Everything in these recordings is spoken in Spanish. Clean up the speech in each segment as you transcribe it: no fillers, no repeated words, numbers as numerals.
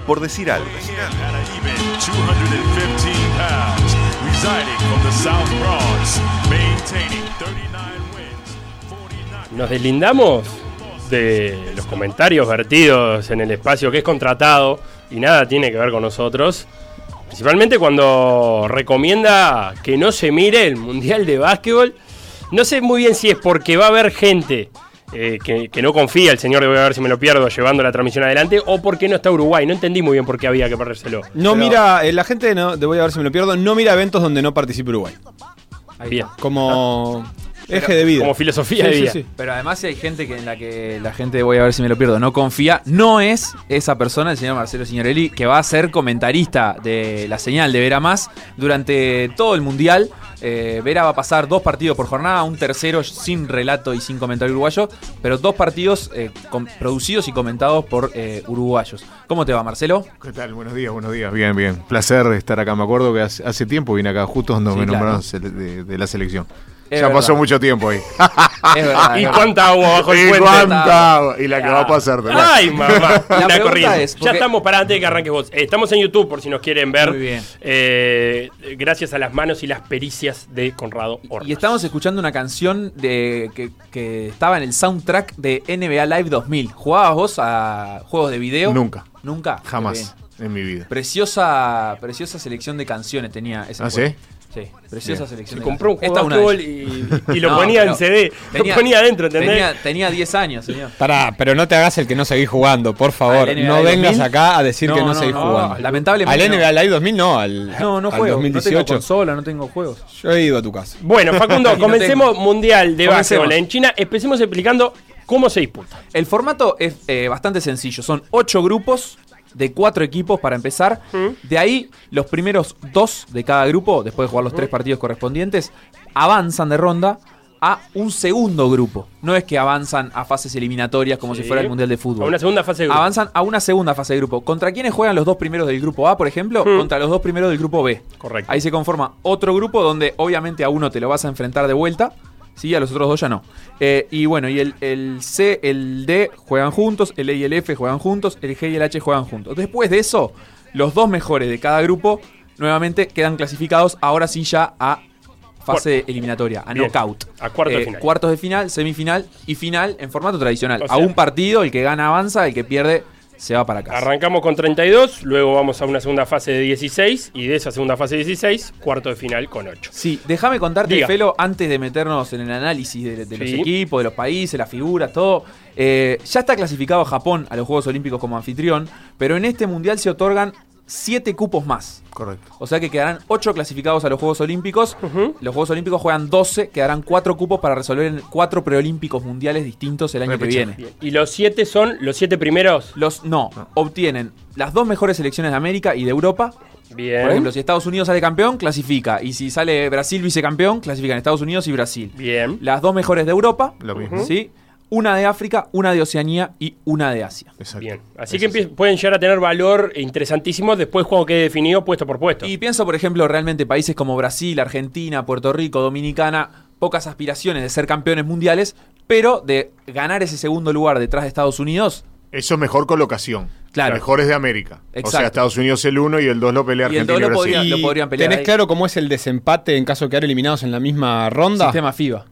por decir algo. Nos deslindamos de los comentarios vertidos en el espacio que es contratado y nada tiene que ver con nosotros. Principalmente cuando recomienda que no se mire el Mundial de Básquetbol. No sé muy bien si es porque va a haber gente que no confía, el señor de Voy a ver si me lo pierdo, llevando la transmisión adelante, o porque no está Uruguay. No entendí muy bien por qué había que perdérselo. No, pero mira, la gente de Voy a ver si me lo pierdo, no mira eventos donde no participe Uruguay. Bien. Como eje de vida. Como filosofía de vida. Sí. Pero además si hay gente en la que la gente, voy a ver si me lo pierdo, no confía, no es esa persona, el señor Marcelo Signorelli, que va a ser comentarista de la señal de Vera Más durante todo el Mundial. Vera va a pasar 2 partidos por jornada, un tercero sin relato y sin comentario uruguayo, pero 2 partidos producidos y comentados por uruguayos. ¿Cómo te va, Marcelo? ¿Qué tal? Buenos días. Bien. Placer estar acá. Me acuerdo que hace tiempo vine acá, justo cuando me nombraron de la selección. Ya pasó mucho tiempo ahí. Es verdad. ¿Y cuánta agua bajo el puente? ¿Cuánta agua? Y la que va a pasar también. ¡Ay, mamá! La Una pregunta corriente. es, porque Ya estamos para antes de que arranques vos. Estamos en YouTube por si nos quieren ver. Muy bien. Gracias a las manos y las pericias de Conrado Orras. Y estamos escuchando una canción que estaba en el soundtrack de NBA Live 2000. ¿Jugabas vos a juegos de video? Nunca. ¿Nunca? Jamás en mi vida. Preciosa selección de canciones tenía ese juego. ¿Sí? Sí, preciosa selección. Se compró un juego de una fútbol y lo ponía en CD. Lo ponía adentro, ¿entendés? Tenía 10 años, señor. Pará, pero no te hagas el que no seguís jugando, por favor. No vengas acá a decir que no seguís jugando. Lamentablemente. Al NBA Live 2000 no, no al juego. 2018. No tengo consola, no tengo juegos. Yo he ido a tu casa. Bueno, Facundo, comencemos Mundial de Comencemos. Básquetbol en China. Empecemos explicando cómo se disputa. El formato es bastante sencillo. Son 8 grupos de 4 equipos para empezar. De ahí, los primeros 2 de cada grupo, después de jugar los 3 partidos correspondientes, avanzan de ronda a un segundo grupo. No es que avanzan a fases eliminatorias como si fuera el Mundial de Fútbol. A una segunda fase de grupo. Avanzan a una segunda fase de grupo. ¿Contra quiénes juegan los 2 primeros del grupo A, por ejemplo? Contra los 2 primeros del grupo B. Correcto. Ahí se conforma otro grupo donde obviamente a uno te lo vas a enfrentar de vuelta. Sí, a los otros 2 ya no. Y bueno, y el C, el D juegan juntos, el E y el F juegan juntos, el G y el H juegan juntos. Después de eso, los 2 mejores de cada grupo nuevamente quedan clasificados, ahora sí ya a fase eliminatoria, a knockout. A cuartos de final. Cuartos de final, semifinal y final en formato tradicional. O sea, a un partido, el que gana avanza, el que pierde se va para casa. Arrancamos con 32, luego vamos a una segunda fase de 16 y de esa segunda fase de 16, cuarto de final con 8. Sí, déjame contarte, Diga. Felo, antes de meternos en el análisis de los equipos, de los países, las figuras, todo. Ya está clasificado Japón a los Juegos Olímpicos como anfitrión, pero en este mundial se otorgan 7 cupos más. Correcto. O sea que quedarán 8 clasificados a los Juegos Olímpicos. Los Juegos Olímpicos juegan 12, quedarán 4 cupos para resolver en 4 preolímpicos mundiales distintos el año que viene. Bien. ¿Y los 7 son los 7 primeros? Obtienen las 2 mejores selecciones de América y de Europa. Bien. Por ejemplo, si Estados Unidos sale campeón, clasifica. Y si sale Brasil vicecampeón, clasifican Estados Unidos y Brasil. Bien. Las 2 mejores de Europa. Lo mismo. ¿Sí? Una de África, una de Oceanía y una de Asia. Exacto. Bien. Así que pueden llegar a tener valor interesantísimo después cuando quede definido puesto por puesto. Y pienso, por ejemplo, realmente países como Brasil, Argentina, Puerto Rico, Dominicana, pocas aspiraciones de ser campeones mundiales, pero de ganar ese segundo lugar detrás de Estados Unidos. Eso es mejor colocación. Claro. Mejores de América. Exacto. O sea, Estados Unidos el 1 y el 2 lo pelea Y el Argentina y 2 Brasil. lo podrían pelear. ¿Tenés ahí. claro cómo es el desempate en caso de quedar eliminados en la misma ronda? Sistema FIBA.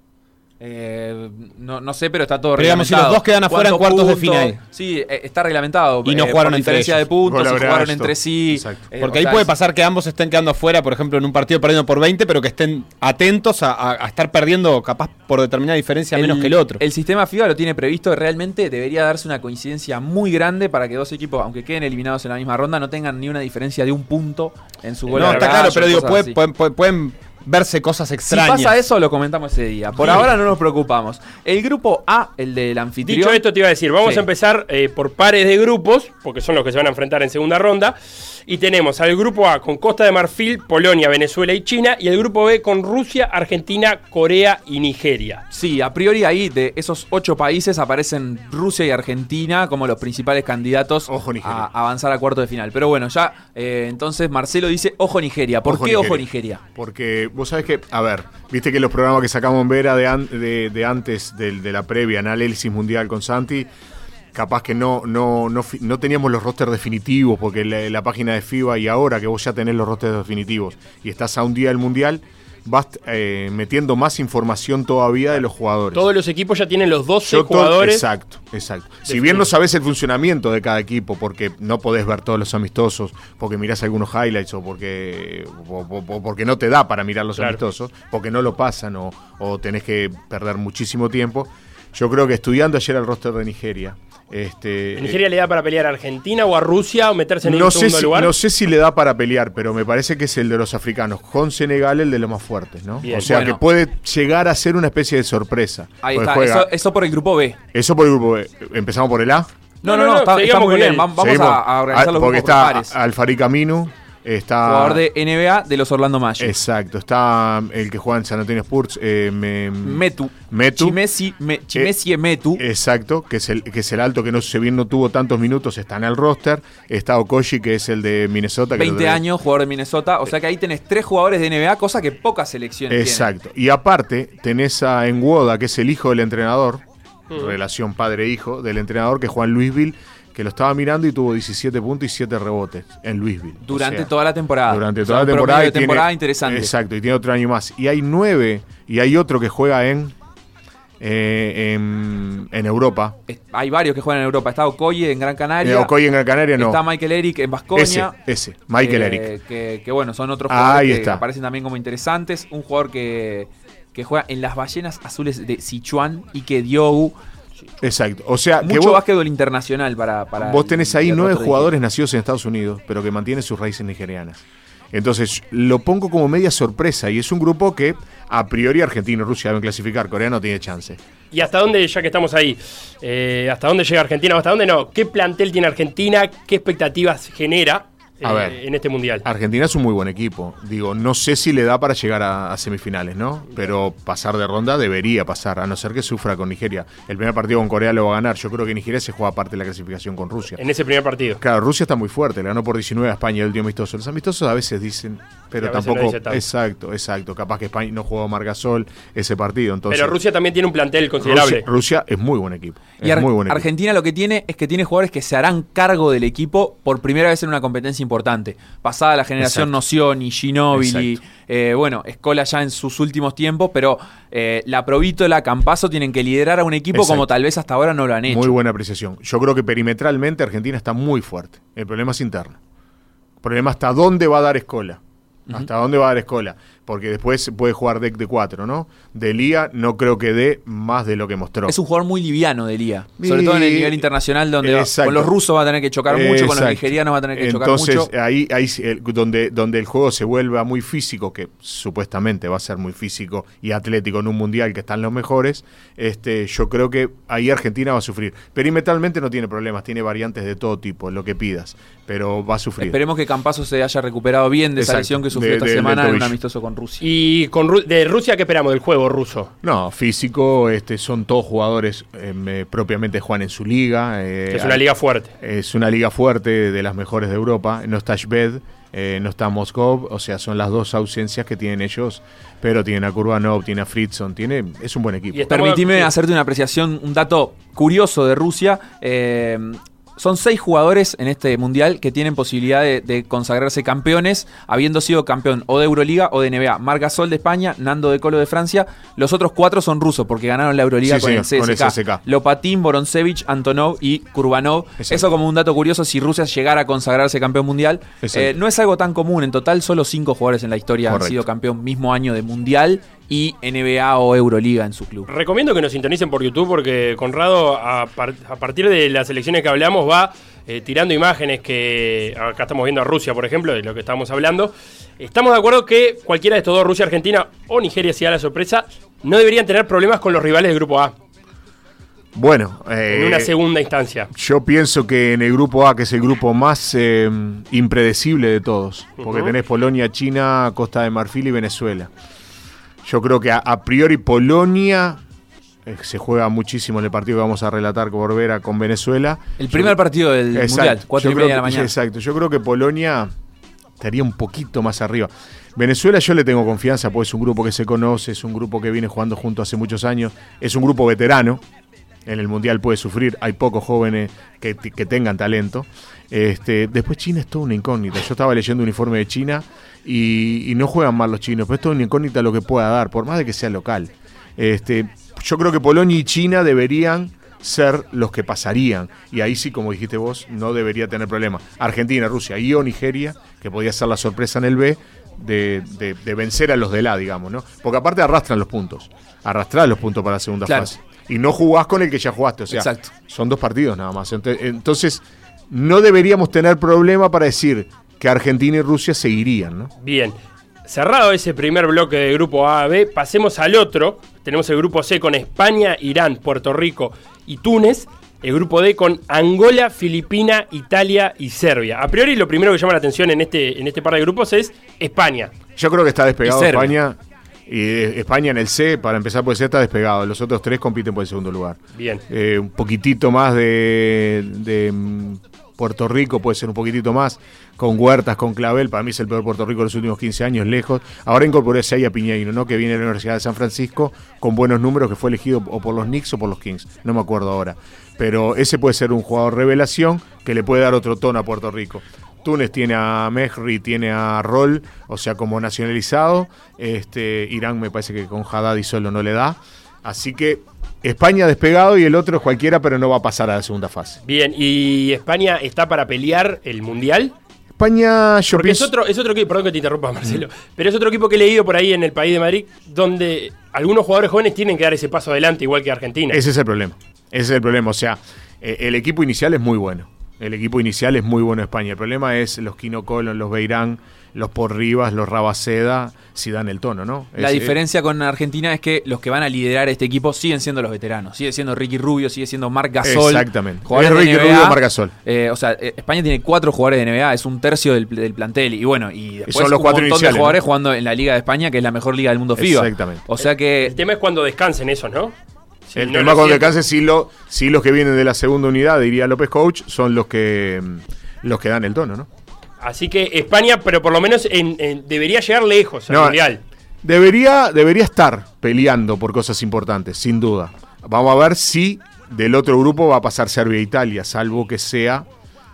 No sé, pero está todo Pero digamos, si reglamentado. los dos quedan afuera en ¿Cuántos cuartos de puntos? final. Sí, está reglamentado. Y no jugaron por entre diferencia ellos. de puntos, Gol si average, jugaron entre sí. Exacto. Porque ahí puede pasar que ambos estén quedando afuera, por ejemplo, en un partido perdiendo por 20, pero que estén atentos a estar perdiendo capaz por determinada diferencia menos que el otro. El sistema FIBA lo tiene previsto, realmente debería darse una coincidencia muy grande para que 2 equipos, aunque queden eliminados en la misma ronda, no tengan ni una diferencia de un punto en su gol. No, está claro, pero digo, cosas así. pueden verse cosas extrañas. Si pasa eso, lo comentamos ese día. Por ahora no nos preocupamos. El grupo A, el del anfitrión. Dicho esto, te iba a decir, vamos Sí. a empezar por pares de grupos, porque son los que se van a enfrentar en segunda ronda. Y tenemos al grupo A con Costa de Marfil, Polonia, Venezuela y China. Y el grupo B con Rusia, Argentina, Corea y Nigeria. Sí, a priori ahí de esos 8 países aparecen Rusia y Argentina como los principales candidatos Ojo, Nigeria. a avanzar a cuartos de final. Pero bueno, ya entonces Marcelo dice ojo Nigeria. ¿Por qué ojo Nigeria? Porque vos sabés que, a ver, viste que los programas que sacamos en Vera de antes de la previa, análisis mundial con Santi, capaz que no teníamos los rosters definitivos, porque la página de FIBA, y ahora que vos ya tenés los rosters definitivos y estás a un día del Mundial, vas metiendo más información todavía de los jugadores. Todos los equipos ya tienen los 12 jugadores. Exacto. Si bien no sabés el funcionamiento de cada equipo, porque no podés ver todos los amistosos, porque mirás algunos highlights o porque no te da para mirar los amistosos, porque no lo pasan o tenés que perder muchísimo tiempo, yo creo que estudiando ayer el roster de Nigeria... ¿Nigeria le da para pelear a Argentina o a Rusia o meterse en el segundo lugar? No sé si le da para pelear, pero me parece que es el de los africanos, con Senegal el de los más fuertes, ¿no? Bien, o sea, que puede llegar a ser una especie de sorpresa. Ahí está, eso por el grupo B. Eso por el grupo B. ¿Empezamos por el A? No, está muy bien. Vamos a organizar los grupos por pares. Porque está Al-Farid Aminu. Está jugador de NBA de los Orlando Magic. Exacto, está el que juega en San Antonio Spurs, Metu. Chimezie Metu. Exacto, que es el alto que no tuvo tantos minutos, está en el roster. Está Okoye, que es el de Minnesota. 20 años, jugador de Minnesota. O sea que ahí tenés 3 jugadores de NBA, cosa que pocas selecciones tienen. Exacto. Y aparte, tenés a Enwoda, que es el hijo del entrenador, relación padre-hijo del entrenador, que juega en Louisville, que lo estaba mirando y tuvo 17 puntos y 7 rebotes en Louisville. Durante toda la temporada. Durante toda la temporada. De temporada interesante. Exacto, y tiene otro año más. Y hay 9, y hay otro que juega en Europa. Hay varios que juegan en Europa. Está Okoye en Gran Canaria. Okoye en Gran Canaria no. Está Michael Eric en Baskonia. Ese, Michael Eric. Que bueno, son otros jugadores que aparecen también como interesantes. Un jugador que juega en las Ballenas Azules de Sichuan y que Diogu. Exacto, o sea mucho básquetbol internacional para vos tenés ahí 9 jugadores nacidos en Estados Unidos, pero que mantienen sus raíces nigerianas. Entonces lo pongo como media sorpresa y es un grupo que a priori Argentina y Rusia deben clasificar, Corea no tiene chance. ¿Y hasta dónde, ya que estamos ahí, hasta dónde llega Argentina o hasta dónde no? ¿Qué plantel tiene Argentina? ¿Qué expectativas genera en este Mundial? Argentina es un muy buen equipo. Digo, no sé si le da para llegar a semifinales, ¿no? Pero pasar de ronda debería pasar, a no ser que sufra con Nigeria. El primer partido con Corea lo va a ganar. Yo creo que Nigeria se juega aparte de la clasificación con Rusia. En ese primer partido. Claro, Rusia está muy fuerte, le ganó por 19 a España el último amistoso. Los amistosos a veces dicen, pero tampoco... No exacto. Capaz que España no jugó Margasol ese partido. Entonces, pero Rusia también tiene un plantel considerable. Rusia es muy buen equipo. Y Argentina lo que tiene es que tiene jugadores que se harán cargo del equipo por primera vez en una competencia importante. Pasada la generación Nocioni, Ginóbili, Scola ya en sus últimos tiempos, pero la Provítola, Campazzo tienen que liderar a un equipo como tal vez hasta ahora no lo han hecho. Muy buena apreciación. Yo creo que perimetralmente Argentina está muy fuerte. El problema es interno. El problema es hasta dónde va a dar Scola. ¿Hasta dónde va a dar Scola? Porque después puede jugar deck de 4, ¿no? Delía no creo que dé más de lo que mostró. Es un jugador muy liviano, Delía. Sobre todo en el nivel internacional, donde con los rusos va a tener que chocar mucho, con los nigerianos va a tener que chocar mucho. Entonces, ahí donde el juego se vuelva muy físico, que supuestamente va a ser muy físico y atlético en un mundial que están los mejores, yo creo que ahí Argentina va a sufrir. Perimetralmente no tiene problemas, tiene variantes de todo tipo, lo que pidas, pero va a sufrir. Esperemos que Campazzo se haya recuperado bien de esa lesión que sufrió esta semana en un amistoso con Rusia. ¿Y de Rusia qué esperamos del juego ruso? No, físico, son todos jugadores propiamente juegan en su liga. Es una liga fuerte. Es una liga fuerte, de las mejores de Europa. No está Shved, no está Moscov, o sea, son las dos ausencias que tienen ellos, pero tienen a Kurbanov, tiene a Fritzson, es un buen equipo. Permitime hacerte una apreciación, un dato curioso de Rusia. Son 6 jugadores en este mundial que tienen posibilidad de consagrarse campeones, habiendo sido campeón o de Euroliga o de NBA. Marc Gasol de España, Nando De Colo de Francia. Los otros 4 son rusos porque ganaron la Euroliga con el CSKA. Lopatin, Boroncevic, Antonov y Kurbanov. Exacto. Eso como un dato curioso si Rusia llegara a consagrarse campeón mundial. No es algo tan común. En total solo 5 jugadores en la historia han sido campeón mismo año de mundial y NBA o Euroliga en su club. Recomiendo que nos sintonicen por YouTube porque Conrado a partir de las elecciones que hablamos va tirando imágenes que acá estamos viendo a Rusia, por ejemplo, de lo que estamos hablando. Estamos de acuerdo que cualquiera de estos dos, Rusia, Argentina o Nigeria, si da la sorpresa, no deberían tener problemas con los rivales del grupo A. Bueno, en una segunda instancia. Yo pienso que en el grupo A, que es el grupo más impredecible de todos, porque tenés Polonia, China, Costa de Marfil y Venezuela. Yo creo que a priori Polonia se juega muchísimo en el partido que vamos a relatar por Vera con Venezuela. El primer partido del Mundial, 4:30 de la mañana. Exacto, yo creo que Polonia estaría un poquito más arriba. Venezuela yo le tengo confianza, porque es un grupo que se conoce, es un grupo que viene jugando junto hace muchos años, es un grupo veterano, en el Mundial puede sufrir, hay pocos jóvenes que tengan talento. Después China es toda una incógnita. Yo estaba leyendo un informe de China y no juegan mal los chinos, pero es toda una incógnita lo que pueda dar, por más de que sea local. Yo creo que Polonia y China deberían ser los que pasarían, y ahí sí, como dijiste vos, no debería tener problema. Argentina, Rusia y o Nigeria, que podía ser la sorpresa en el B, de vencer a los del A, digamos, ¿no? Porque aparte arrastran los puntos para la segunda fase. Y no jugás con el que ya jugaste, o sea, exacto, son 2 partidos nada más. Entonces, no deberíamos tener problema para decir que Argentina y Rusia seguirían, ¿no? Bien. Cerrado ese primer bloque de grupo A, B, pasemos al otro. Tenemos el grupo C con España, Irán, Puerto Rico y Túnez. El grupo D con Angola, Filipina, Italia y Serbia. A priori lo primero que llama la atención en este par de grupos es España. Yo creo que está despegado España. Y España en el C, para empezar por el C, está despegado. Los otros 3 compiten por el segundo lugar. Bien. Un poquitito más de Puerto Rico, puede ser un poquitito más, con Huertas, con Clavel. Para mí es el peor Puerto Rico de los últimos 15 años, lejos. Ahora incorporé a Piñeiro, ¿no? Que viene de la Universidad de San Francisco con buenos números, que fue elegido o por los Knicks o por los Kings, no me acuerdo ahora. Pero ese puede ser un jugador revelación que le puede dar otro tono a Puerto Rico. Túnez tiene a Mehri, tiene a Roll, o sea, como nacionalizado. Irán me parece que con Haddadi solo no le da. Así que España despegado y el otro es cualquiera, pero no va a pasar a la segunda fase. Bien, ¿y España está para pelear el Mundial? España, yo porque pienso... es otro equipo, perdón que te interrumpa, Marcelo, pero es otro equipo que he leído por ahí en el país de Madrid, donde algunos jugadores jóvenes tienen que dar ese paso adelante, igual que Argentina. Ese es el problema. O sea, el equipo inicial es muy bueno. España. El problema es los Quino Colon, los Beirán, los Porribas, los Rabaceda, si dan el tono, ¿no? La diferencia con Argentina es que los que van a liderar este equipo siguen siendo los veteranos. Sigue siendo Ricky Rubio, sigue siendo Marc Gasol. Exactamente. Jugadores es Ricky de NBA, Rubio, Marc Gasol. O sea, España tiene 4 jugadores de NBA, es un tercio del plantel. Y bueno, y después son los un 4 montón de iniciales, jugadores, ¿no? jugando en la Liga de España, que es la mejor liga del mundo FIBA. Exactamente. O sea que... El tema es cuando descansen esos, ¿no? Si el no tema lo cuando sienten. descanse, sí los que vienen de la segunda unidad, diría López Coach, son los que dan el tono, ¿no? Así que España, pero por lo menos debería llegar lejos al Mundial. Debería estar peleando por cosas importantes, sin duda. Vamos a ver si del otro grupo va a pasar Serbia e Italia, salvo que sea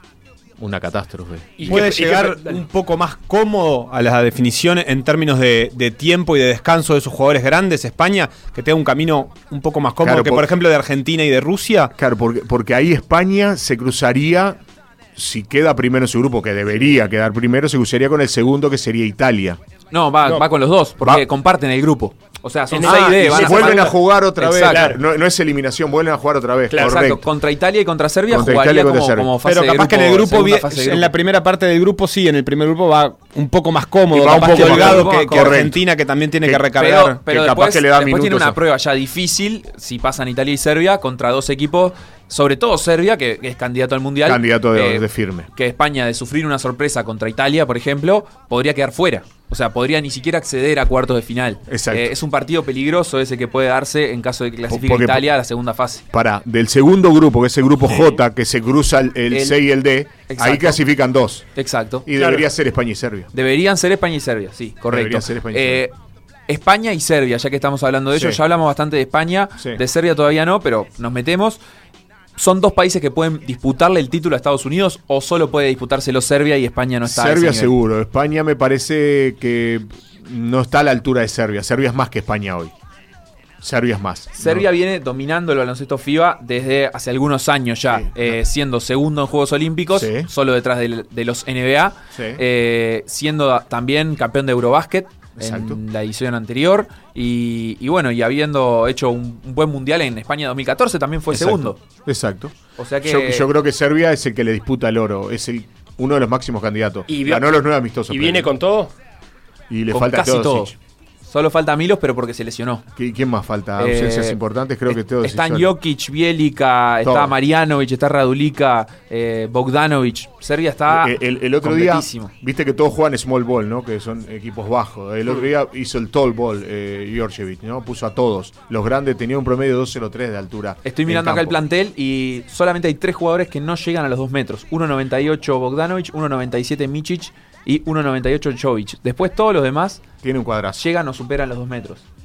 una catástrofe. ¿Puede llegar un poco más cómodo a la definición en términos de tiempo y de descanso de sus jugadores grandes, España, que tenga un camino un poco más cómodo que, por ejemplo, de Argentina y de Rusia? Claro, porque ahí España se cruzaría, si queda primero en su grupo, que debería quedar primero, se cruzaría con el segundo, que sería Italia. No, va con los dos, porque comparten el grupo. O sea, son 6D. Vuelven a jugar otra vez. Claro. No es eliminación, vuelven a jugar otra vez. Claro, exacto. Contra Italia y contra Serbia contra jugaría Italia como fase pero capaz de grupo, que en el grupo, fase de grupo, en la primera parte del grupo sí, en el primer grupo va un poco más cómodo, Y va un capaz poco que holgado más que correcto. Argentina, que también tiene que recargar. Pero que capaz después, que le da después tiene minutos una prueba ya difícil, si pasan Italia y Serbia, contra 2 equipos, sobre todo Serbia, que es candidato al Mundial. Candidato de firme. Que España, de sufrir una sorpresa contra Italia, por ejemplo, podría quedar fuera. O sea, podría ni siquiera acceder a cuartos de final. Exacto. Es un partido peligroso ese que puede darse en caso de que clasifique Italia a la segunda fase. Del segundo grupo, que es el grupo J, que se cruza el C y el D, exacto. Ahí clasifican 2. Exacto. Y debería ser España y Serbia. Deberían ser España y Serbia, sí, correcto. Deberían ser España y Serbia. España y Serbia, ya que estamos hablando de ello, ya hablamos bastante de España, de Serbia todavía no, pero nos metemos. ¿Son 2 países que pueden disputarle el título a Estados Unidos o solo puede disputárselo Serbia y España no está a ese Serbia nivel? seguro. España me parece que no está a la altura de Serbia. Serbia es más que España hoy. Serbia es más. Serbia viene dominando el baloncesto FIBA desde hace algunos años ya, siendo segundo en Juegos Olímpicos, solo detrás de los NBA, siendo también campeón de Eurobásquet. Exacto. En la edición anterior y bueno, y habiendo hecho un buen mundial en España 2014 también fue segundo. Exacto. O sea que yo creo que Serbia es el que le disputa el oro, es uno de los máximos candidatos. Ganó los 9 amistosos. ¿Y viene con todo? Y le con falta casi todo. Teodosic. Solo falta Milos, pero porque se lesionó. ¿Quién más falta? Ausencias importantes, creo que Teodosic. Están Jokic, Bielica, está Marjanovic, está Radulica, Bogdanovic. Serbia está el otro día, viste que todos juegan small ball, ¿no? Que son equipos bajos. El otro día hizo el tall ball, Georgievich, ¿no? Puso a todos. Los grandes tenían un promedio de 2.03 de altura. Estoy mirando acá el plantel y solamente hay 3 jugadores que no llegan a los 2 metros. 1.98 Bogdanovic, 1.97 Mičić y 1.98 Jovic. Después todos los demás tiene un cuadrazo. llegan o superan los 2 metros.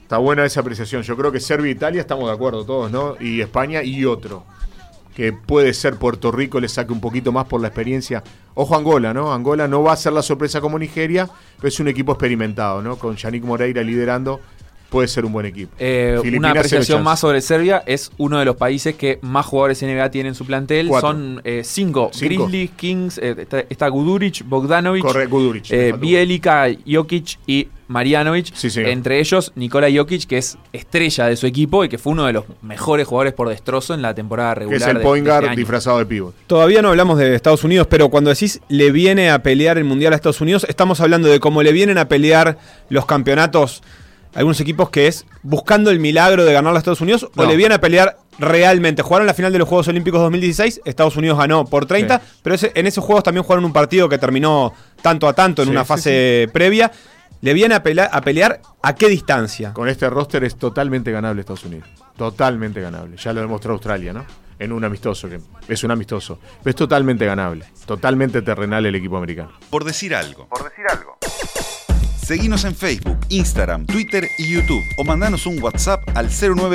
Está buena esa apreciación. Yo creo que Serbia e Italia estamos de acuerdo todos, ¿no? Y España y otro. Que puede ser Puerto Rico, le saque un poquito más por la experiencia. Ojo Angola, ¿no? Angola no va a ser la sorpresa como Nigeria, pero es un equipo experimentado, ¿no? Con Yannick Moreira liderando, puede ser un buen equipo. Una apreciación más sobre Serbia, es uno de los países que más jugadores NBA tienen en su plantel. 4. Son 5. Grizzlies, Kings, está Guduric, Bogdanovic, Bjelica, Jokic y Marjanovic. Sí, entre ellos Nikola Jokic, que es estrella de su equipo y que fue uno de los mejores jugadores por destrozo en la temporada regular. Que es el point guard disfrazado de pívot. Todavía no hablamos de Estados Unidos, pero cuando decís le viene a pelear el Mundial a Estados Unidos, estamos hablando de cómo le vienen a pelear los campeonatos algunos equipos, que es buscando el milagro de ganar a Estados Unidos, o le viene a pelear realmente. Jugaron la final de los Juegos Olímpicos 2016, Estados Unidos ganó por 30, pero en esos juegos también jugaron un partido que terminó tanto a tanto en una fase previa. ¿Le viene a pelear a qué distancia? Con este roster es totalmente ganable Estados Unidos. Totalmente ganable. Ya lo demostró Australia, ¿no? En un amistoso, que es un amistoso. Pero es totalmente ganable. Totalmente terrenal el equipo americano. Por decir algo. Seguinos en Facebook, Instagram, Twitter y YouTube o mandanos un WhatsApp al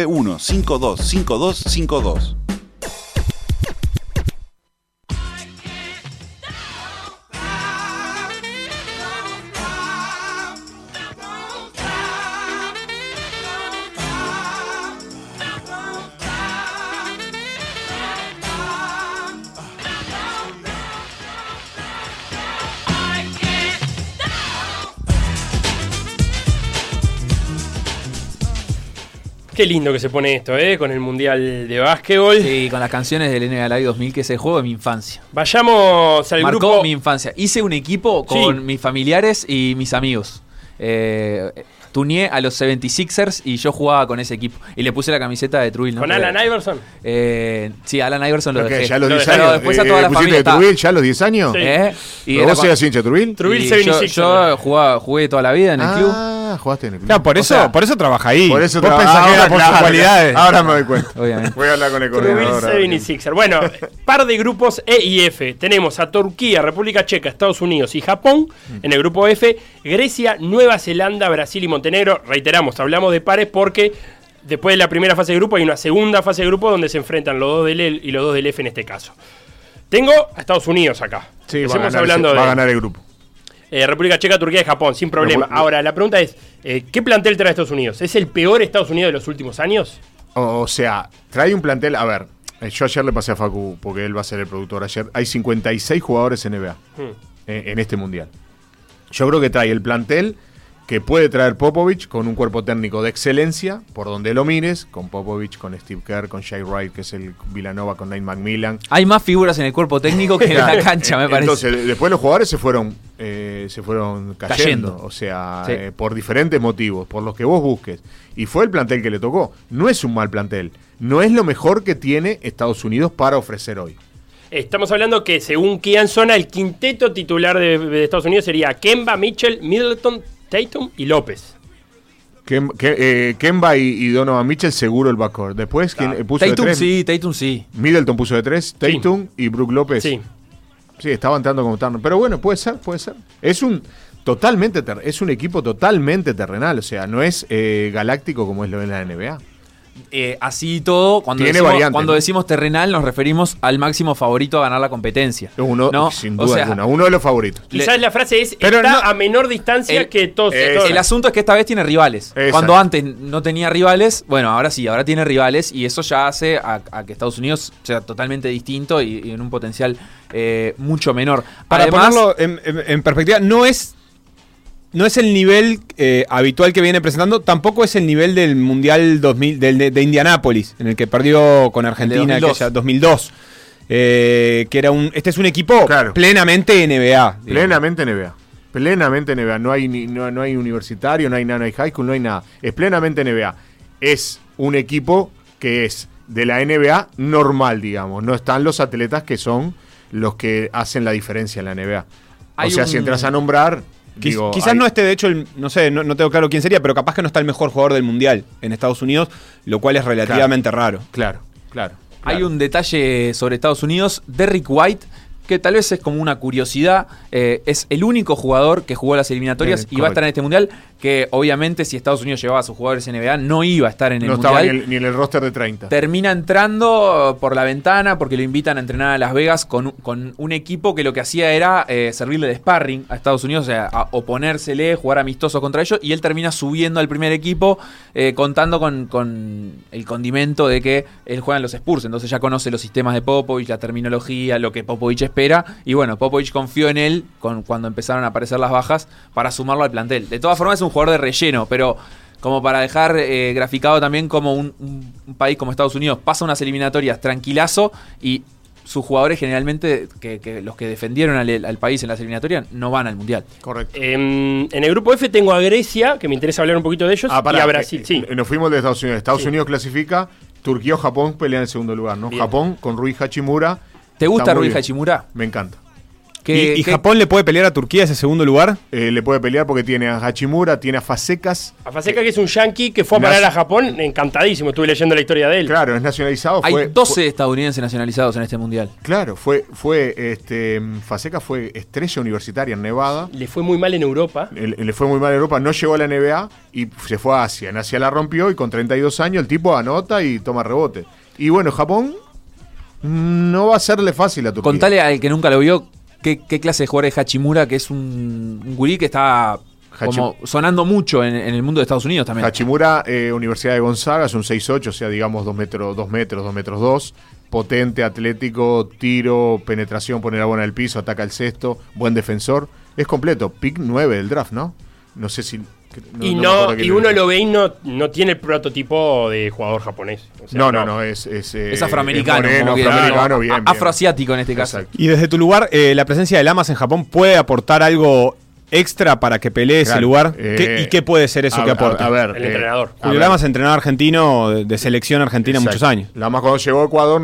091-525252. Qué lindo que se pone esto, con el Mundial de Básquetbol. Sí, con las canciones del NBA Live 2000, que es el juego de mi infancia. Vayamos al grupo. Marcó mi infancia. Hice un equipo con mis familiares y mis amigos. Tuneé a los 76ers y yo jugaba con ese equipo. Y le puse la camiseta de Trubil. ¿Con Allen Iverson? Sí, Allen Iverson lo dejé. ¿Ya a los 10 años? Después a toda la familia. ¿De Trubil ya a los 10 años? Sí. ¿Pero vos eras hincha de Trubil? Trubil 76ers. Yo jugué toda la vida en el club. Jugaste en el club. Claro, por eso trabaja ahí. Por eso vos pensás que era por sus cualidades. Ahora me doy cuenta. Obviamente. Voy a hablar con el coordinador. Trubil 76ers. Bueno, par de grupos E y F. Tenemos a Turquía, República Checa, Estados Unidos y Japón en el grupo F. Grecia, Nueva Zelanda, Brasil y Montenegro. Reiteramos, hablamos de pares porque después de la primera fase de grupo hay una segunda fase de grupo donde se enfrentan los dos del E y los dos del F en este caso. Tengo a Estados Unidos acá. Sí, va a ganar el grupo. República Checa, Turquía y Japón, sin problema. Ahora, la pregunta es, ¿qué plantel trae Estados Unidos? ¿Es el peor Estados Unidos de los últimos años? O sea, trae un plantel, a ver, yo ayer le pasé a Facu, porque él va a ser el productor ayer, hay 56 jugadores NBA en este Mundial. Yo creo que trae el plantel que puede traer Popovich, con un cuerpo técnico de excelencia, por donde lo mires, con Popovich, con Steve Kerr, con Jay Wright, que es el Villanova, con Nate McMillan. Hay más figuras en el cuerpo técnico que en la cancha, me parece. Entonces, después los jugadores se fueron cayendo. O sea, por diferentes motivos, por los que vos busques. Y fue el plantel que le tocó. No es un mal plantel. No es lo mejor que tiene Estados Unidos para ofrecer hoy. Estamos hablando que, según Kian Zona, el quinteto titular de Estados Unidos sería Kemba, Mitchell, Middleton, Tatum y López. Kemba y Donovan Mitchell seguro el backcourt. Después, ¿quién puso Tatum de 3? Tatum sí. Middleton puso de 3, Tatum y Brook López. Sí. Sí, estaba entrando como Turner. Pero bueno, puede ser. Es un equipo totalmente terrenal. O sea, no es galáctico como es lo de la NBA. Así todo, cuando decimos terrenal, nos referimos al máximo favorito a ganar la competencia. Sin duda alguna, uno de los favoritos. Quizás la frase es, está a menor distancia que todos. El asunto es que esta vez tiene rivales. Exacto. Cuando antes no tenía rivales, bueno, ahora sí, ahora tiene rivales, y eso ya hace a que Estados Unidos sea totalmente distinto y en un potencial mucho menor. Para Además, ponerlo en perspectiva, no es el nivel habitual que viene presentando, tampoco es el nivel del Mundial 2000 de Indianápolis, en el que perdió con Argentina, que ya 2002. Que era este es un equipo plenamente NBA. Plenamente NBA. No hay universitario, no hay nada, no hay high school, no hay nada. Es plenamente NBA. Es un equipo que es de la NBA normal, digamos. No están los atletas que son los que hacen la diferencia en la NBA. Si entras a nombrar... Quizás no esté, de hecho, no sé, no tengo claro quién sería, pero capaz que no está el mejor jugador del Mundial en Estados Unidos, lo cual es relativamente raro. Claro. Hay un detalle sobre Estados Unidos. Derrick White que tal vez es como una curiosidad, es el único jugador que jugó las eliminatorias y va a estar en este mundial, que obviamente si Estados Unidos llevaba a sus jugadores NBA no iba a estar en el mundial. No estaba ni en el roster de 30. Termina entrando por la ventana porque lo invitan a entrenar a Las Vegas con un equipo que lo que hacía era servirle de sparring a Estados Unidos, o sea, a oponérsele, jugar amistosos contra ellos, y él termina subiendo al primer equipo contando con el condimento de que él juega en los Spurs, entonces ya conoce los sistemas de Popovich, la terminología, lo que Popovich espera, y bueno, Popovich confió en él cuando empezaron a aparecer las bajas para sumarlo al plantel. De todas formas es un jugador de relleno, pero como para dejar graficado también como un país como Estados Unidos pasa unas eliminatorias tranquilazo y sus jugadores generalmente, que los que defendieron al país en las eliminatorias, no van al Mundial. Correcto. En el grupo F tengo a Grecia, que me interesa hablar un poquito de ellos, y a Brasil. Sí. Nos fuimos de Estados Unidos. Estados Unidos clasifica, Turquía o Japón pelean en el segundo lugar, ¿no? Bien. Japón con Rui Hachimura. ¿Te gusta Rui bien. Hachimura? Me encanta. ¿Y Japón le puede pelear a Turquía ese segundo lugar? Le puede pelear porque tiene a Hachimura, tiene a Fazekas. A Fazekas, que es un yankee que fue a parar a Japón, encantadísimo. Estuve leyendo la historia de él. Claro, es nacionalizado. Hay 12 estadounidenses nacionalizados en este mundial. Claro, Fazekas fue estrella universitaria en Nevada. Le fue muy mal en Europa. Le fue muy mal en Europa, no llegó a la NBA y se fue a Asia. En Asia la rompió y con 32 años el tipo anota y toma rebote. Y bueno, Japón no va a serle fácil a Turquía. Contale al que nunca lo vio qué clase de jugador es Hachimura, que es un gurí que está como sonando mucho en el mundo de Estados Unidos también. Hachimura, Universidad de Gonzaga, es un 6'8", o sea, digamos 2 metros 2, potente, atlético, tiro, penetración, pone la bola en el piso, ataca el cesto, buen defensor, es completo, pick 9 del draft, ¿no? No sé si... uno lo ve y no tiene el prototipo de jugador japonés. O sea, no, es afroamericano. Es moreno, afroamericano, bien. Afroasiático en este caso. Exacto. Y desde tu lugar, la presencia de Lamas en Japón puede aportar algo extra para que pelee ese lugar. ¿Y qué puede ser eso que aporta? A ver, el entrenador. Julio Lamas, entrenador argentino de selección argentina muchos años. Lamas cuando llegó a Ecuador,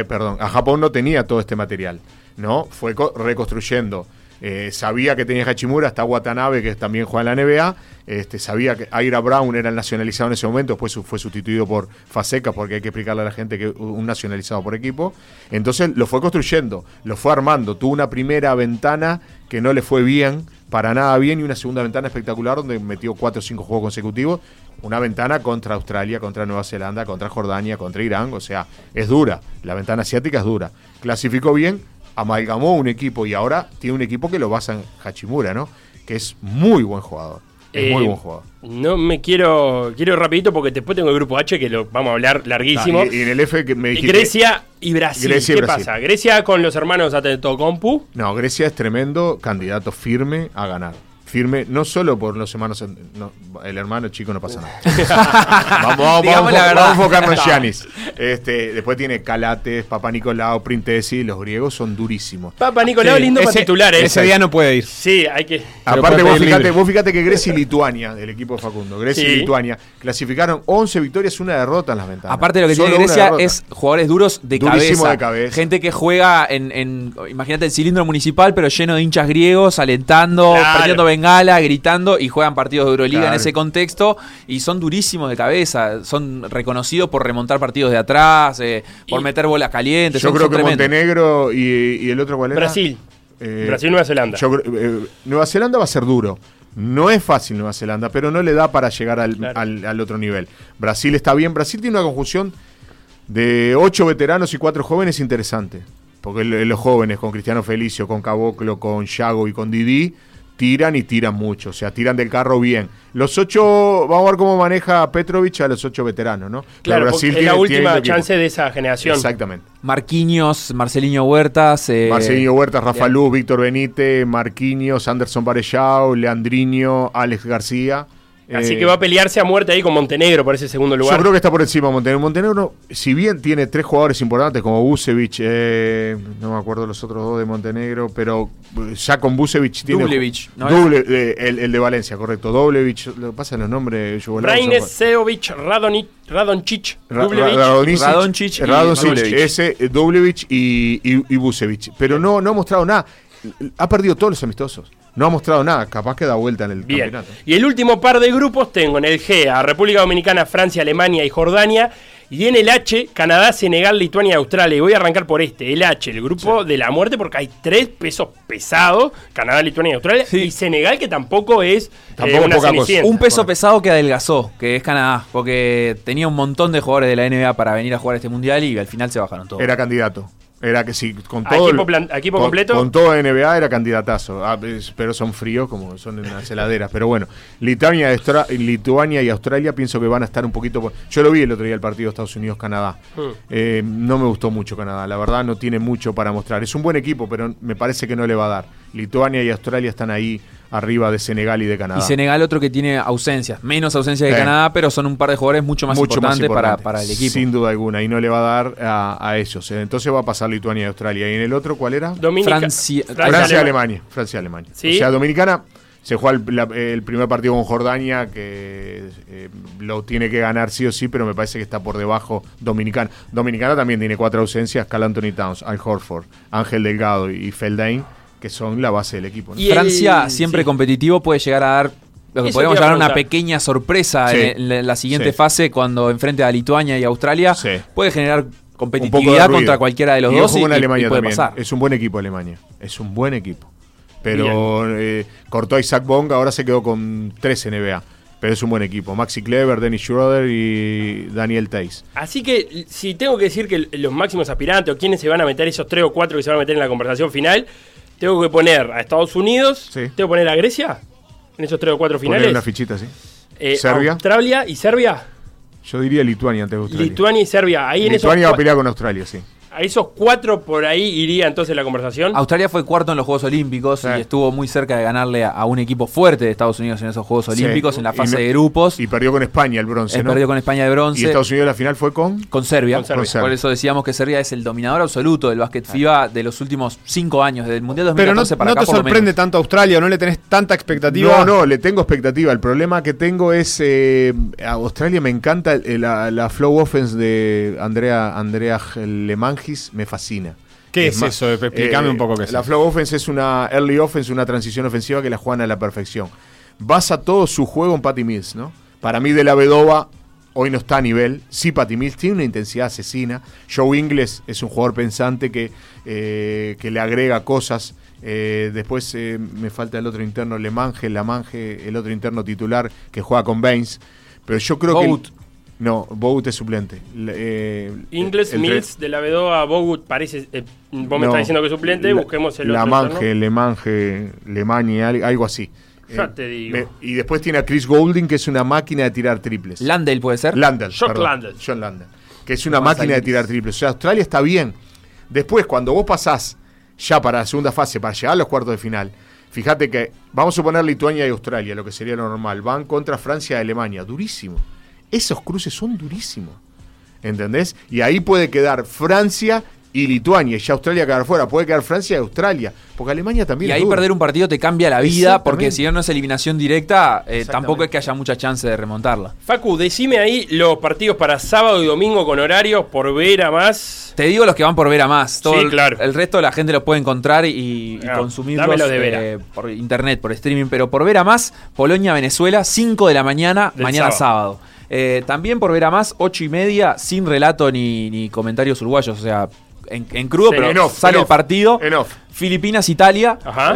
a Japón no tenía todo este material, ¿no? Fue reconstruyendo. Sabía que tenía Hachimura, hasta Watanabe, que también juega en la NBA. Sabía que Ira Brown era el nacionalizado en ese momento, después fue sustituido por Fazekas, porque hay que explicarle a la gente que un nacionalizado por equipo. Entonces lo fue construyendo, lo fue armando. Tuvo una primera ventana que no le fue bien, para nada bien, y una segunda ventana espectacular donde metió 4 o 5 juegos consecutivos. Una ventana contra Australia, contra Nueva Zelanda, contra Jordania, contra Irán. O sea, es dura. La ventana asiática es dura. Clasificó bien, amalgamó un equipo y ahora tiene un equipo que lo basa en Hachimura, ¿no? Que es muy buen jugador. Es muy buen jugador. No me quiero rapidito porque después tengo el grupo H que lo vamos a hablar larguísimo. Y en el F que me dijiste, Grecia y Brasil. ¿Qué pasa? Grecia con los hermanos Antetokounmpo. No, Grecia es tremendo candidato firme a ganar. Firme, no solo por los hermanos, el hermano chico no pasa nada. vamos a enfocarnos en Giannis. Después tiene Calates, Papa Nicolau, Printesi, los griegos son durísimos. Papa Nicolau lindo para titular. Ese día no puede ir. Sí, hay que... Aparte vos fíjate que Grecia y Lituania, del equipo de Facundo, Grecia y Lituania clasificaron 11 victorias, una derrota en las ventanas. Aparte de lo que tiene Grecia es jugadores duros durísimo cabeza. de cabeza. Gente que juega imagínate el cilindro municipal, pero lleno de hinchas griegos, alentando, prendiendo bengala, gritando, y juegan partidos de Euroliga en ese contexto, y son durísimos de cabeza, son reconocidos por remontar partidos de atrás, por meter bolas calientes. Yo creo que Montenegro y el otro, ¿cuál era? Brasil. Nueva Zelanda. Nueva Zelanda va a ser duro. No es fácil Nueva Zelanda, pero no le da para llegar al otro nivel. Brasil está bien. Brasil tiene una conjunción de 8 veteranos y 4 jóvenes interesante. Porque los jóvenes, con Cristiano Felicio, con Caboclo, con Yago y con Didi, tiran y tiran mucho, o sea, tiran del carro bien. Los 8, vamos a ver cómo maneja Petrovic a los 8 veteranos, ¿no? Claro, Brasil es la última chance de esa generación. Exactamente. Marquinhos, Marcelinho Huertas. Marcelinho Huertas, Rafa Luz, Víctor Benítez, Marquinhos, Anderson Varejao, Leandrinho, Alex García. Así que va a pelearse a muerte ahí con Montenegro por ese segundo lugar. Yo creo que está por encima Montenegro. Montenegro, si bien tiene 3 jugadores importantes como Vucevic, no me acuerdo los otros 2 de Montenegro, pero ya con Vucevic tiene... Dubljevic, ¿no? El de Valencia, correcto. Dubljevic, lo pasan los nombres. Reines, Seovic, Radoncic, Radoncic, ese, Dubljevic y Vucevic. Pero no ha mostrado nada. Ha perdido todos los amistosos. No ha mostrado nada, capaz que da vuelta en el campeonato. Y el último par de grupos tengo en el G a República Dominicana, Francia, Alemania y Jordania, Y en el H, Canadá, Senegal, Lituania y Australia. Y voy a arrancar por el H, el grupo de la muerte, porque hay 3 pesos pesados, Canadá, Lituania y Australia, y Senegal, que tampoco es una cenicienta. Un peso pesado que adelgazó, que es Canadá, porque tenía un montón de jugadores de la NBA para venir a jugar este mundial y al final se bajaron todos. Era candidato. Era que sí, con todo equipo completo. Con todo NBA era candidatazo. Pero son fríos, como son en las heladeras. Pero bueno, Lituania y Australia pienso que van a estar un poquito. Yo lo vi el otro día el partido de Estados Unidos-Canadá. No me gustó mucho Canadá. La verdad, no tiene mucho para mostrar. Es un buen equipo, pero me parece que no le va a dar. Lituania y Australia están ahí arriba de Senegal y de Canadá. Y Senegal otro que tiene ausencias, menos ausencias que Canadá, pero son un par de jugadores mucho más importantes para el equipo. Sin duda alguna, y no le va a dar a ellos. Entonces va a pasar Lituania y Australia. ¿Y en el otro cuál era? Francia-Alemania. Francia-Alemania. ¿Sí? O sea, Dominicana se juega el primer partido con Jordania, que lo tiene que ganar sí o sí, pero me parece que está por debajo Dominicana. Dominicana también tiene 4 ausencias: Karl Anthony Towns, Al Horford, Ángel Delgado y Feldain, que son la base del equipo, ¿no? Y Francia, siempre competitivo, puede llegar a dar lo que podemos llamar una pequeña sorpresa en la siguiente fase, cuando enfrente a Lituania y Australia. Puede generar competitividad contra cualquiera de los dos y puede pasar. Es un buen equipo Alemania, es un buen equipo. Pero cortó a Isaac Bonga, ahora se quedó con 3 NBA. Pero es un buen equipo. Maxi Kleber, Dennis Schroeder y Daniel Theis. Así que, si tengo que decir que los máximos aspirantes o quienes se van a meter, esos 3 o 4 que se van a meter en la conversación final, tengo que poner a Estados Unidos, tengo que poner a Grecia en esos 3 o 4 finales. Poner una fichita, sí. Serbia. Australia y Serbia. Yo diría Lituania antes de Australia. Lituania y Serbia. Ahí Lituania va a pelear con Australia, sí. A esos 4 por ahí iría entonces la conversación. Australia fue cuarto en los Juegos Olímpicos y estuvo muy cerca de ganarle a un equipo fuerte de Estados Unidos en esos Juegos Olímpicos, en la fase de grupos. Y perdió con España el bronce, ¿no? Perdió con España de bronce. Y Estados Unidos la final fue con Serbia. Por eso decíamos que Serbia es el dominador absoluto del básquet FIBA de los últimos 5 años, desde el Mundial 2014 para acá. ¿No te sorprende tanto Australia? ¿No le tenés tanta expectativa? No, le tengo expectativa. El problema que tengo es a Australia me encanta la flow offense de Andrea Lemangis, me fascina. ¿Qué es eso? Explícame un poco qué es. La flow offense es una early offense, una transición ofensiva que la juegan a la perfección. Basa todo su juego en Patty Mills, ¿no? Para mí, de la Vedova hoy no está a nivel. Sí, Patty Mills tiene una intensidad asesina. Joe Ingles es un jugador pensante que le agrega cosas. Después me falta el otro interno, Lamange, el otro interno titular que juega con Baines. Pero yo creo que... No, Bogut es suplente. Ingles, Mills, de la Vedova, Bogut parece... vos me estás diciendo que es suplente, busquemos el otro. Lemania, algo así. Ya te digo. Y después tiene a Chris Goulding, que es una máquina de tirar triples. Landell puede ser. John Landell. Que es una máquina de tirar triples. O sea, Australia está bien. Después, cuando vos pasás ya para la segunda fase, para llegar a los cuartos de final, fíjate que, vamos a suponer Lituania y Australia, lo que sería lo normal, van contra Francia y Alemania. Durísimo. Esos cruces son durísimos, ¿entendés? Y ahí puede quedar Francia y Lituania, y ya Australia quedar fuera. Puede quedar Francia y Australia, porque Alemania también. Y ahí perder un partido te cambia la vida, porque si no es eliminación directa, tampoco es que haya mucha chance de remontarla. Facu, decime ahí los partidos para sábado y domingo con horarios por ver a más. Te digo los que van por ver a más. Todo claro. El resto la gente los puede encontrar y consumirlos por internet, por streaming, pero por ver a más, Polonia-Venezuela, 5 de la mañana, mañana sábado. También por ver a más, 8:30, sin relato ni comentarios uruguayos, o sea, en crudo, pero sale el partido. Filipinas-Italia,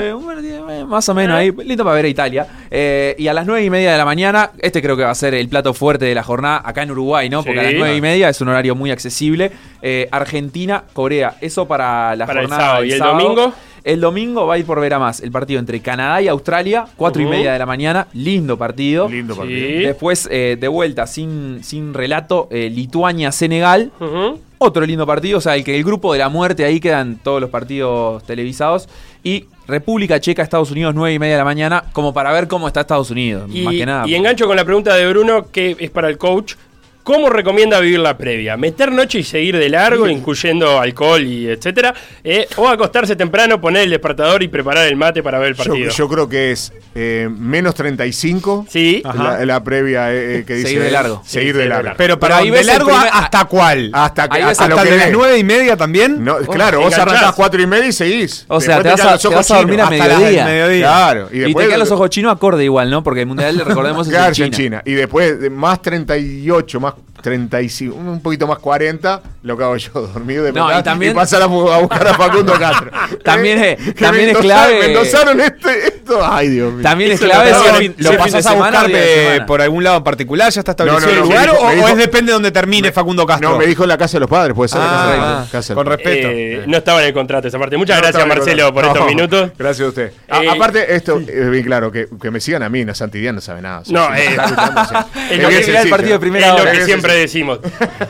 más o menos ahí, lindo para ver a Italia. Y a las 9:30 de la mañana, creo que va a ser el plato fuerte de la jornada acá en Uruguay, ¿no? Porque a las 9:30 es un horario muy accesible. Argentina-Corea, eso para la jornada del sábado. ¿Y el domingo? El domingo va a ir por ver a más el partido entre Canadá y Australia, 4:30 de la mañana, lindo partido. Después, de vuelta, sin relato, Lituania-Senegal. Otro lindo partido, o sea, el grupo de la muerte, ahí quedan todos los partidos televisados. Y República Checa, Estados Unidos, 9:30 de la mañana, como para ver cómo está Estados Unidos, más que nada. Y engancho con la pregunta de Bruno, que es para el coach. ¿Cómo recomienda vivir la previa? ¿Meter noche y seguir de largo, incluyendo alcohol y etcétera? ¿O acostarse temprano, poner el despertador y preparar el mate para ver el partido? Yo creo que es menos 35. Sí. La previa que dice. Seguir de largo. Seguir de largo. Pero ahí ves largo ¿hasta cuál? Hasta que hasta lo que las 9:30 también. No, claro, vos arrancás 4:30 y seguís. O sea, te vas a dormir a mediodía. Claro. Y te quedan los ojos chinos acorde igual, ¿no? Porque el mundial, recordemos, es en China. Y después más 38, más 35, un poquito más 40, lo que hago yo, dormido de No, y pasar a buscar a Facundo Castro. También es me clave. Me endosaron esto. Ay, Dios mío. También es Eso clave lo si el fin lo de pasás a semana o buscar día de semana. por algún lado en particular, ya está establecido No, el lugar, me dijo- o es depende de donde termine Facundo Castro. No, me dijo en la casa de los padres, puede ser. la casa de los padres. con respeto. No estaba en el contrato esa parte. Muchas No, gracias, está bien, Marcelo, por no, estos minutos. Gracias a usted. Aparte, esto es bien claro, que me sigan a mí, no, Santillán no sabe nada. No, está escuchando, o sea, es es lo bien que sería el sencillo. partido de primera Es lo hora. que siempre decimos.